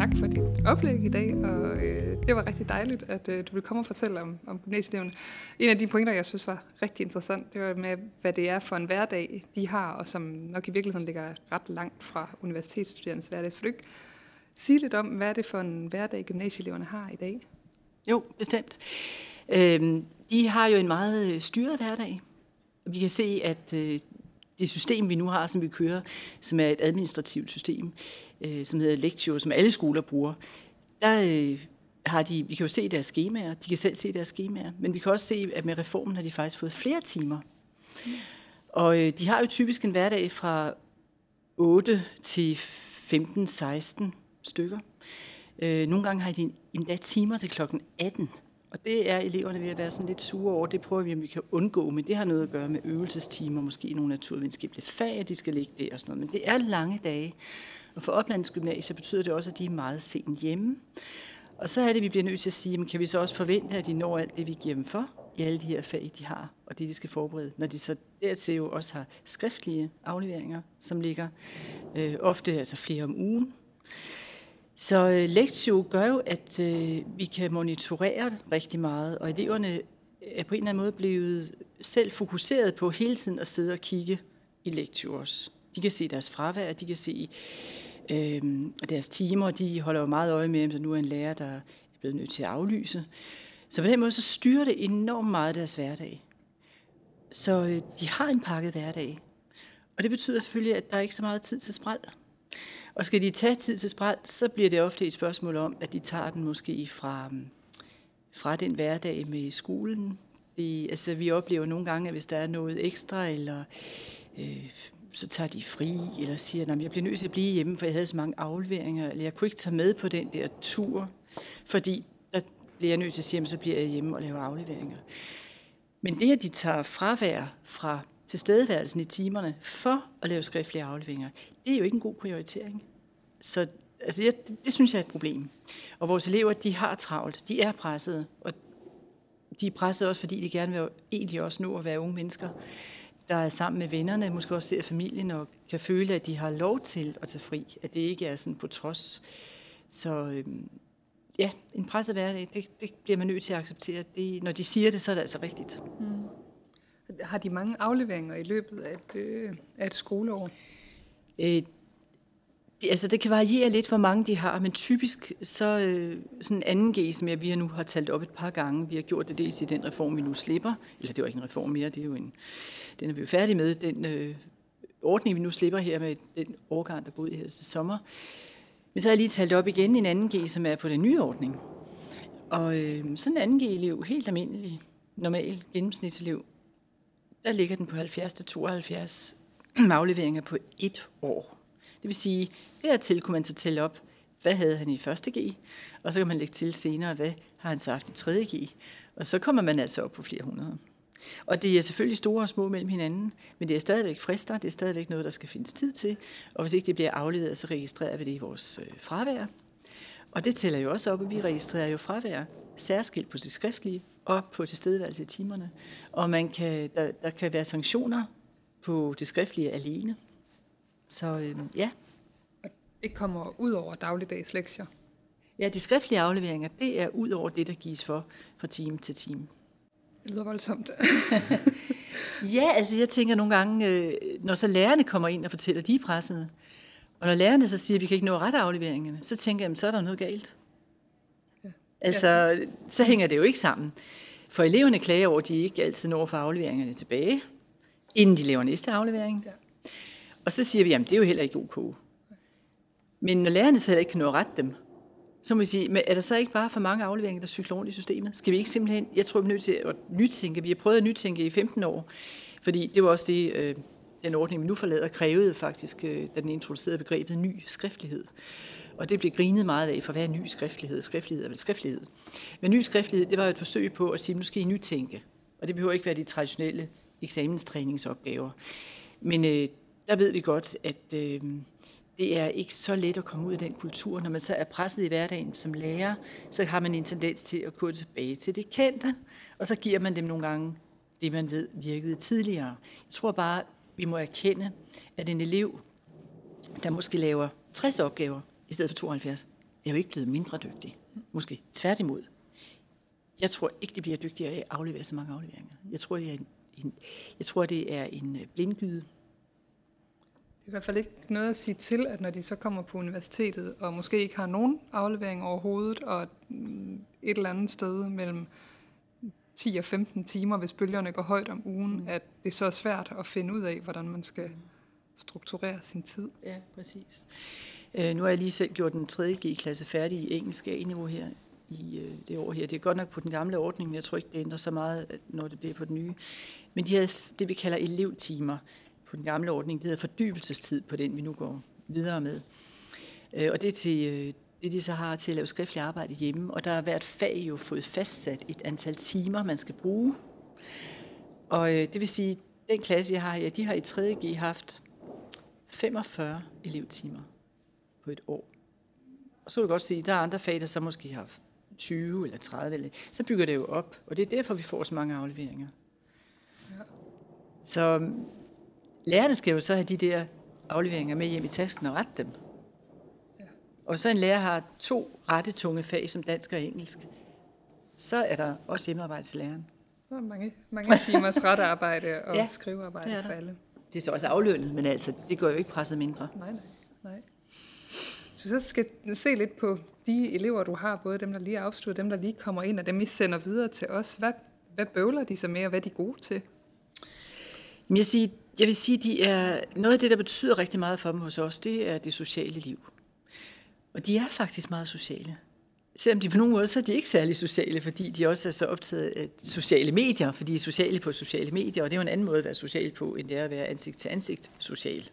Tak for dit oplæg i dag, og det var rigtig dejligt, at du ville komme og fortælle om gymnasieeleverne. En af de pointer, jeg synes var rigtig interessant, det var med, hvad det er for en hverdag, de har, og som nok i virkeligheden ligger ret langt fra universitetsstuderendes hverdag. Vil du ikke sige lidt om, hvad er det for en hverdag, gymnasieeleverne har i dag? Jo, bestemt. De har jo en meget styret hverdag. Vi kan se, at det system, vi nu har, som vi kører, som er et administrativt system, som hedder Lectio, som alle skoler bruger, der har de, vi kan jo se deres skemaer, de kan selv se deres skemaer, men vi kan også se, at med reformen har de faktisk fået flere timer. Og de har jo typisk en hverdag fra 8 til 15-16 stykker. Nogle gange har de endda timer til klokken 18. Og det er eleverne ved at være sådan lidt sure over. Det prøver vi, om vi kan undgå, men det har noget at gøre med øvelsestimer, måske nogle naturvidenskabelige fag, de skal ligge der og sådan noget. Men det er lange dage. Og for Oplandets Gymnasie betyder det også, at de er meget sent hjemme. Og så er det, vi bliver nødt til at sige, men kan vi så også forvente, at de når alt det, vi giver dem for i alle de her fag, de har, og det, de skal forberede, når de så dertil jo også har skriftlige afleveringer, som ligger ofte altså flere om ugen. Så Lectio gør jo, at vi kan monitorere rigtig meget, og eleverne er på en eller anden måde blevet selv fokuseret på hele tiden at sidde og kigge i Lectio også. De kan se deres fravær, de kan se deres timer, de holder jo meget øje med, om der nu er en lærer, der er blevet nødt til at aflyse. Så på den måde så styrer det enormt meget deres hverdag. Så de har en pakket hverdag, og det betyder selvfølgelig, at der er ikke så meget tid til spræl. Og skal de tage tid til spræl, så bliver det ofte et spørgsmål om, at de tager den måske fra den hverdag med skolen. Altså, vi oplever nogle gange, at hvis der er noget ekstra, eller så tager de fri, eller siger, at jeg bliver nødt til at blive hjemme, for jeg havde så mange afleveringer, eller jeg kunne ikke tage med på den der tur, fordi der bliver jeg nødt til at sige, at så bliver jeg hjemme og laver afleveringer. Men det, at de tager fravær fra tilstedeværelsen i timerne for at lave skriftlige afleveringer, det er jo ikke en god prioritering. Så altså, det synes jeg er et problem. Og vores elever, de har travlt, de er pressede, og de er presset også, fordi de gerne vil egentlig også nå at være unge mennesker, der er sammen med vennerne, måske også ser familien og kan føle, at de har lov til at tage fri, at det ikke er sådan på trods. Så en presset hverdag, det bliver man nødt til at acceptere. Når de siger det, så er det altså rigtigt. Har de mange afleveringer i løbet af et skoleår? Altså det kan variere lidt, hvor mange de har, men typisk så sådan en 2G, som vi nu har talt op et par gange, vi har gjort det dels i den reform, vi nu slipper, eller det var ikke en reform mere, det er jo den er vi jo færdige med, den ordning, vi nu slipper her med den årgang, der går ud her til sommer. Men så har jeg lige talt op igen en 2G, som er på den nye ordning. Og sådan en 2G-elev, helt almindelig, normal gennemsnitselev, der ligger den på 70-72 afleveringer på 1 år. Det vil sige, dertil kunne man så tælle op, hvad havde han i 1.G, og så kan man lægge til senere, hvad har han så haft i 3.G, og så kommer man altså op på flere hundrede. Og det er selvfølgelig store og små mellem hinanden, men det er stadigvæk frister, det er stadigvæk noget, der skal findes tid til, og hvis ikke det bliver afleveret, så registrerer vi det i vores fravær. Og det tæller jo også op, at vi registrerer jo fravær særskilt på det skriftlige og på tilstedeværelse i timerne. Og der kan være sanktioner på det skriftlige alene. Så ja. Og det kommer ud over dagligdags lektier? Ja, de skriftlige afleveringer, det er ud over det, der gives for fra time til time. Det lyder voldsomt. Ja, altså jeg tænker nogle gange, når så lærerne kommer ind og fortæller, de er pressede, og når lærerne så siger, at vi kan ikke nå ret afleveringerne, så tænker jeg, så er der noget galt. Ja. Altså, så hænger det jo ikke sammen. For eleverne klager over, at de ikke altid når for afleveringerne tilbage, inden de laver næste aflevering. Ja. Og så siger vi, jamen det er jo heller ikke OK. Men når lærerne så heller ikke kan nå at rette dem, så må vi sige, men er der så ikke bare for mange afleveringer, der cykler rundt i systemet? Skal vi ikke simpelthen, jeg tror, vi er nødt til at nytænke. Vi har prøvet at nytænke i 15 år, fordi det var også det, den ordning, vi nu forlader, krævede faktisk, da den introducerede begrebet ny skriftlighed. Og det blev grinet meget af, for hvad er ny skriftlighed? Skriftlighed er vel skriftlighed. Men ny skriftlighed, det var et forsøg på at sige, nu skal I nytænke. Og det behøver ikke være de traditionelle eksamenstræningsopgaver. Men der ved vi godt, at det er ikke så let at komme ud af den kultur. Når man så er presset i hverdagen som lærer, så har man en tendens til at gå tilbage til det kendte, og så giver man dem nogle gange det, man ved virkede tidligere. Jeg tror bare, vi må erkende, at en elev, der måske laver 60 opgaver i stedet for 72, er jo ikke blevet mindre dygtige. Måske tværtimod. Jeg tror ikke, de bliver dygtigere af at aflevere så mange afleveringer. Jeg tror, det er en blindgyde. Det er i hvert fald ikke noget at sige til, at når de så kommer på universitetet, og måske ikke har nogen aflevering overhovedet, og et eller andet sted mellem 10 og 15 timer, hvis bølgerne går højt om ugen, at det så er svært at finde ud af, hvordan man skal strukturere sin tid. Ja, præcis. Nu har jeg lige selv gjort den 3. G-klasse færdig i engelsk A-niveau her i det år her. Det er godt nok på den gamle ordning, men jeg tror ikke, det ændrer så meget, når det bliver på den nye. Men de havde det, vi kalder elevtimer på den gamle ordning. Det hedder fordybelsestid på den, vi nu går videre med. Og det er til det, de så har til at lave skriftligt arbejde hjemme. Og der har hvert fag jo fået fastsat et antal timer, man skal bruge. Og det vil sige, den klasse, jeg har her, de har i 3. G haft 45 elevtimer på et år. Og så kan du godt sige, at der er andre fag, der så måske har 20 eller 30. Eller, så bygger det jo op, og det er derfor, vi får så mange afleveringer. Ja. Så lærerne skal jo så have de der afleveringer med hjem i tasken og rette dem. Ja. Og så en lærer har 2 rettetunge fag som dansk og engelsk. Så er der også hjemmearbejde til læreren. Der er mange timers rettearbejde og skrivearbejde for alle. Det er så også aflønnet, men altså, det går jo ikke presset mindre. Nej. Så så skal se lidt på de elever, du har, både dem, der lige er afsluttet, dem, der lige kommer ind, og dem, I sender videre til os. Hvad bøvler de så med, og hvad er de gode til? Jeg vil sige, de er noget af det, der betyder rigtig meget for dem hos os, det er det sociale liv. Og de er faktisk meget sociale. Selvom de på nogle måder, så er de ikke særlig sociale, fordi de også er så optaget af sociale medier, fordi de er sociale på sociale medier, og det er jo en anden måde at være social på, end det er at være ansigt til ansigt social.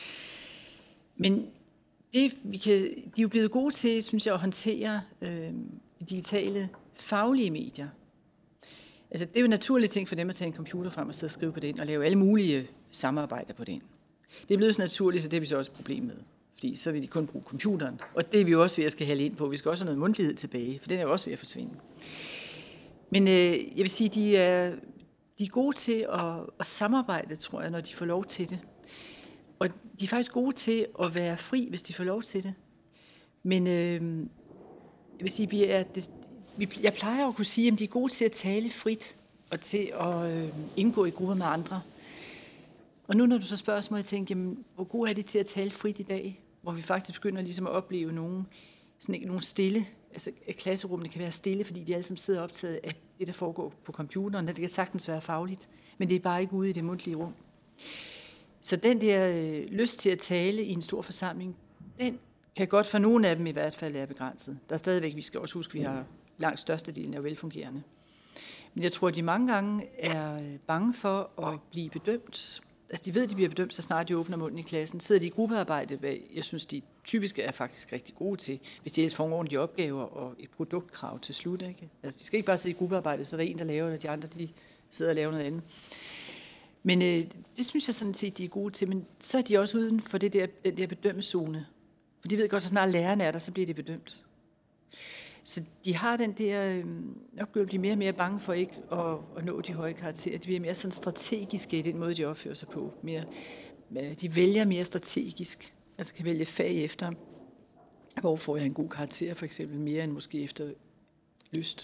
Men de er jo blevet gode til, synes jeg, at håndtere de digitale faglige medier. Altså, det er jo en naturlig ting for dem at tage en computer frem og sidde og skrive på den, og lave alle mulige samarbejder på den. Det er blevet så naturligt, så det er vi så også et problem med. Fordi så vil de kun bruge computeren. Og det er vi jo også ved at skal hælde ind på. Vi skal også have noget mundtlighed tilbage, for den er jo også ved at forsvinde. Men jeg vil sige, de er gode til at samarbejde, tror jeg, når de får lov til det. Og de er faktisk gode til at være fri, hvis de får lov til det. Men jeg vil sige, jeg plejer at kunne sige, at de er gode til at tale frit og til at indgå i grupper med andre. Og nu når du så spørger, så må jeg tænke, jamen, hvor gode er de til at tale frit i dag? Hvor vi faktisk begynder ligesom at opleve nogle stille, altså at klasserummene kan være stille, fordi de alle sammen sidder optaget af det, der foregår på computeren, og det kan sagtens være fagligt, men det er bare ikke ude i det mundtlige rum. Så den der lyst til at tale i en stor forsamling, den kan godt for nogle af dem i hvert fald være begrænset. Der er stadigvæk, vi skal også huske, at vi har langt størstedelen af velfungerende. Men jeg tror, at de mange gange er bange for at blive bedømt. Altså, de ved, at de bliver bedømt, så snart de åbner munden i klassen. Sidder de i gruppearbejde, hvad jeg synes, de typisk er faktisk rigtig gode til, hvis de ellers får ordentlige opgaver og et produktkrav til slut. Ikke? Altså, de skal ikke bare sidde i gruppearbejde, så der er en, der laver det, og de andre de sidder og laver noget andet. Men det synes jeg sådan set, de er gode til. Men så er de også uden for den der bedømmezone. For de ved godt, så snart lærerne er der, så bliver de bedømt. Så de har den der, nok bliver de mere og mere bange for ikke at nå de høje karakterer. De bliver mere sådan strategiske i den måde, de opfører sig på. De vælger mere strategisk, altså kan vælge fag efter, hvor får jeg en god karakter for eksempel, mere end måske efter lyst.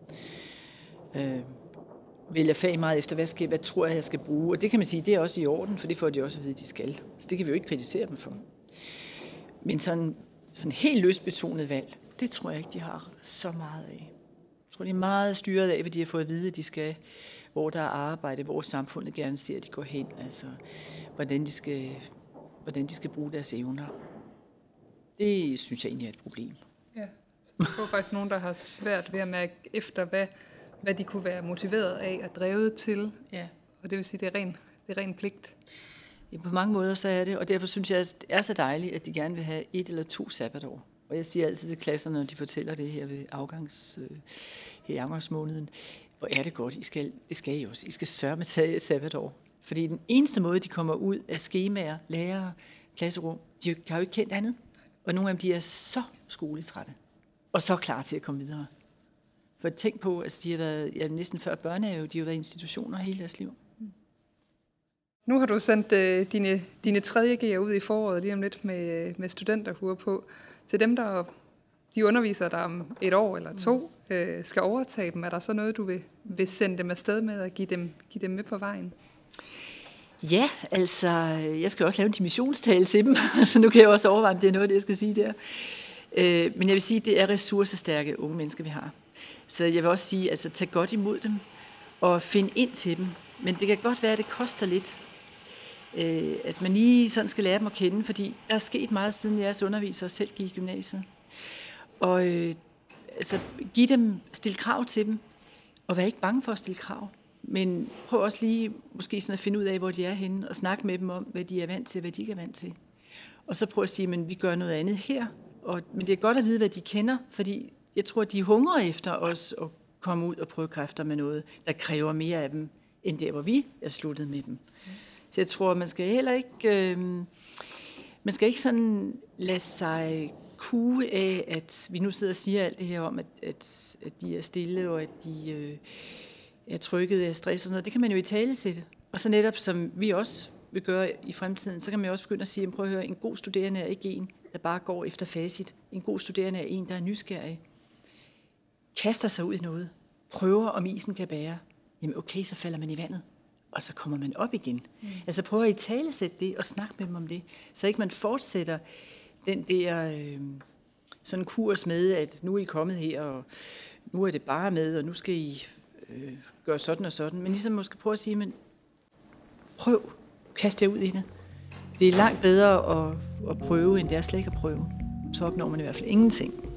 Vælger fag meget efter, hvad tror jeg skal bruge. Og det kan man sige, det er også i orden, for det får de også at vide, de skal. Så det kan vi jo ikke kritisere dem for. Men sådan helt lystbetonet valg, det tror jeg ikke, de har så meget af. Jeg tror, de er meget styret af, hvad de har fået at vide, at de skal, hvor der er arbejde, hvor samfundet gerne ser, at de går hen, altså hvordan de skal bruge deres evner. Det synes jeg egentlig er et problem. Ja, så der er faktisk nogen, der har svært ved at mærke efter, hvad de kunne være motiveret af og drevet til. Ja. Og det vil sige, det er ren pligt. Ja, på mange måder så er det, og derfor synes jeg, at det er så dejligt, at de gerne vil have 1 eller 2 sabbatår. Og jeg siger altid til klasserne, når de fortæller det her ved afgangsmåneden, hvor er det godt, det skal I også. I skal sørge med at tage et sabbatår. Fordi den eneste måde, de kommer ud af skemaer, lærere, klasserum, de har jo ikke kendt andet. Og nogle af dem, de er så skoletrætte, og så klar til at komme videre. For tænk på, altså de har været næsten før børnehave, de har været i institutioner hele deres liv. Nu har du sendt dine 3. G'er ud i foråret lige om lidt med studenterhuer på. Til dem, der de underviser der om 1 år eller 2, skal overtage dem, er der så noget, du vil sende dem afsted med og give dem med på vejen? Ja, altså, jeg skal også lave en dimissionstale til dem, så nu kan jeg også overveje, om det er noget, det jeg skal sige der. Men jeg vil sige, at det er ressourcestærke unge mennesker, vi har. Så jeg vil også sige, altså, tag godt imod dem og find ind til dem. Men det kan godt være, at det koster lidt, at man lige sådan skal lære dem at kende, fordi der er sket meget siden jeres undervisere selv gik i gymnasiet. Og altså, stil krav til dem, og vær ikke bange for at stille krav. Men prøv også lige måske sådan at finde ud af, hvor de er henne, og snakke med dem om, hvad de er vant til, og hvad de ikke er vant til. Og så prøv at sige, at vi gør noget andet her. Men det er godt at vide, hvad de kender, fordi jeg tror, at de hungrer efter os at komme ud og prøve kræfter med noget, der kræver mere af dem, end der, hvor vi er sluttet med dem. Så jeg tror, man skal heller ikke, sådan lade sig kue af, at vi nu sidder og siger alt det her om, at de er stille, og at de er trykket af stress og sådan noget. Det kan man jo i tale sætte. Og så netop, som vi også vil gøre i fremtiden, så kan man jo også begynde at sige, prøv at høre, en god studerende er ikke en, der bare går efter facit. En god studerende er en, der er nysgerrig. Kaster sig ud i noget. Prøver, om isen kan bære. Jamen okay, så falder man i vandet. Og så kommer man op igen. Altså prøv at i tale sætte det, og snakke med dem om det. Så ikke man fortsætter den der sådan kurs med, at nu er I kommet her, og nu er det bare med, og nu skal I gøre sådan og sådan. Men ligesom måske prøve at sige, men prøv, kast jer ud i det. Det er langt bedre at prøve, end det er slet ikke at prøve. Så opnår man i hvert fald ingenting.